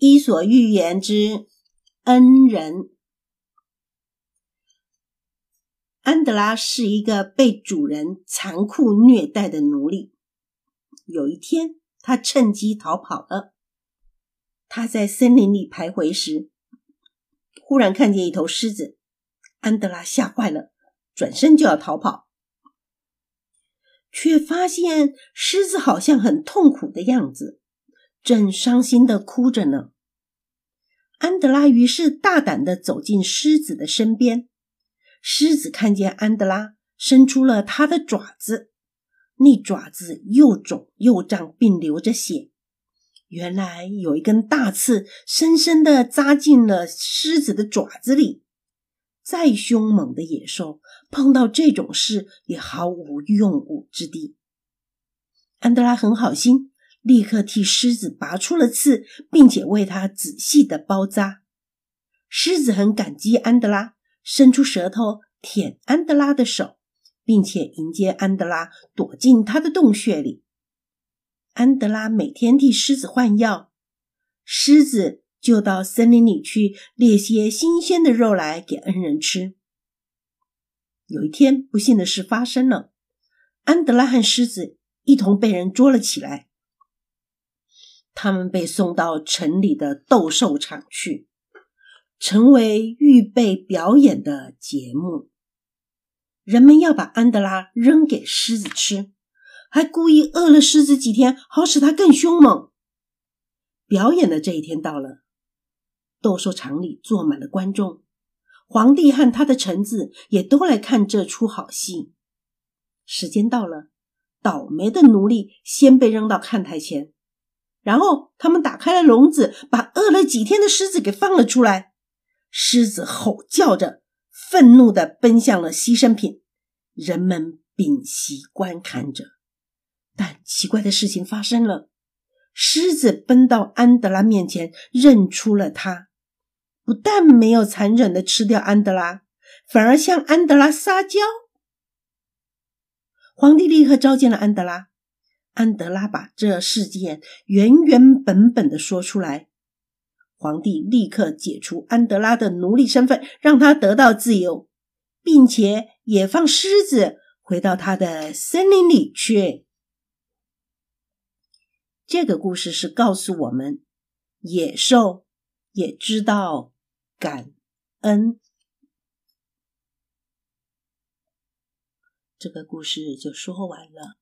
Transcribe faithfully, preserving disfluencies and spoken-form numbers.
伊索寓言之恩人。安德拉是一个被主人残酷虐待的奴隶。有一天，他趁机逃跑了。他在森林里徘徊时，忽然看见一头狮子。安德拉吓坏了，转身就要逃跑，却发现狮子好像很痛苦的样子，正伤心地哭着呢。安德拉于是大胆地走进狮子的身边。狮子看见安德拉，伸出了它的爪子，那爪子又肿又胀，并流着血。原来有一根大刺深深地扎进了狮子的爪子里。再凶猛的野兽碰到这种事也毫无用武之地。安德拉很好心，立刻替狮子拔出了刺，并且为它仔细的包扎。狮子很感激安德拉，伸出舌头舔安德拉的手，并且迎接安德拉躲进他的洞穴里。安德拉每天替狮子换药，狮子就到森林里去猎些新鲜的肉来给恩人吃。有一天，不幸的事发生了，安德拉和狮子一同被人捉了起来。他们被送到城里的斗兽场去，成为预备表演的节目。人们要把安德拉扔给狮子吃，还故意饿了狮子几天，好使它更凶猛。表演的这一天到了，斗兽场里坐满了观众，皇帝和他的臣子也都来看这出好戏。时间到了，倒霉的奴隶先被扔到看台前，然后他们打开了笼子，把饿了几天的狮子给放了出来。狮子吼叫着，愤怒地奔向了牺牲品，人们屏息观看着。但奇怪的事情发生了，狮子奔到安德拉面前，认出了他，不但没有残忍地吃掉安德拉，反而向安德拉撒娇。皇帝立刻召见了安德拉，安德拉把这事件原原本本地说出来。皇帝立刻解除安德拉的奴隶身份，让他得到自由，并且也放狮子回到他的森林里去。这个故事是告诉我们，野兽也知道感恩。这个故事就说完了。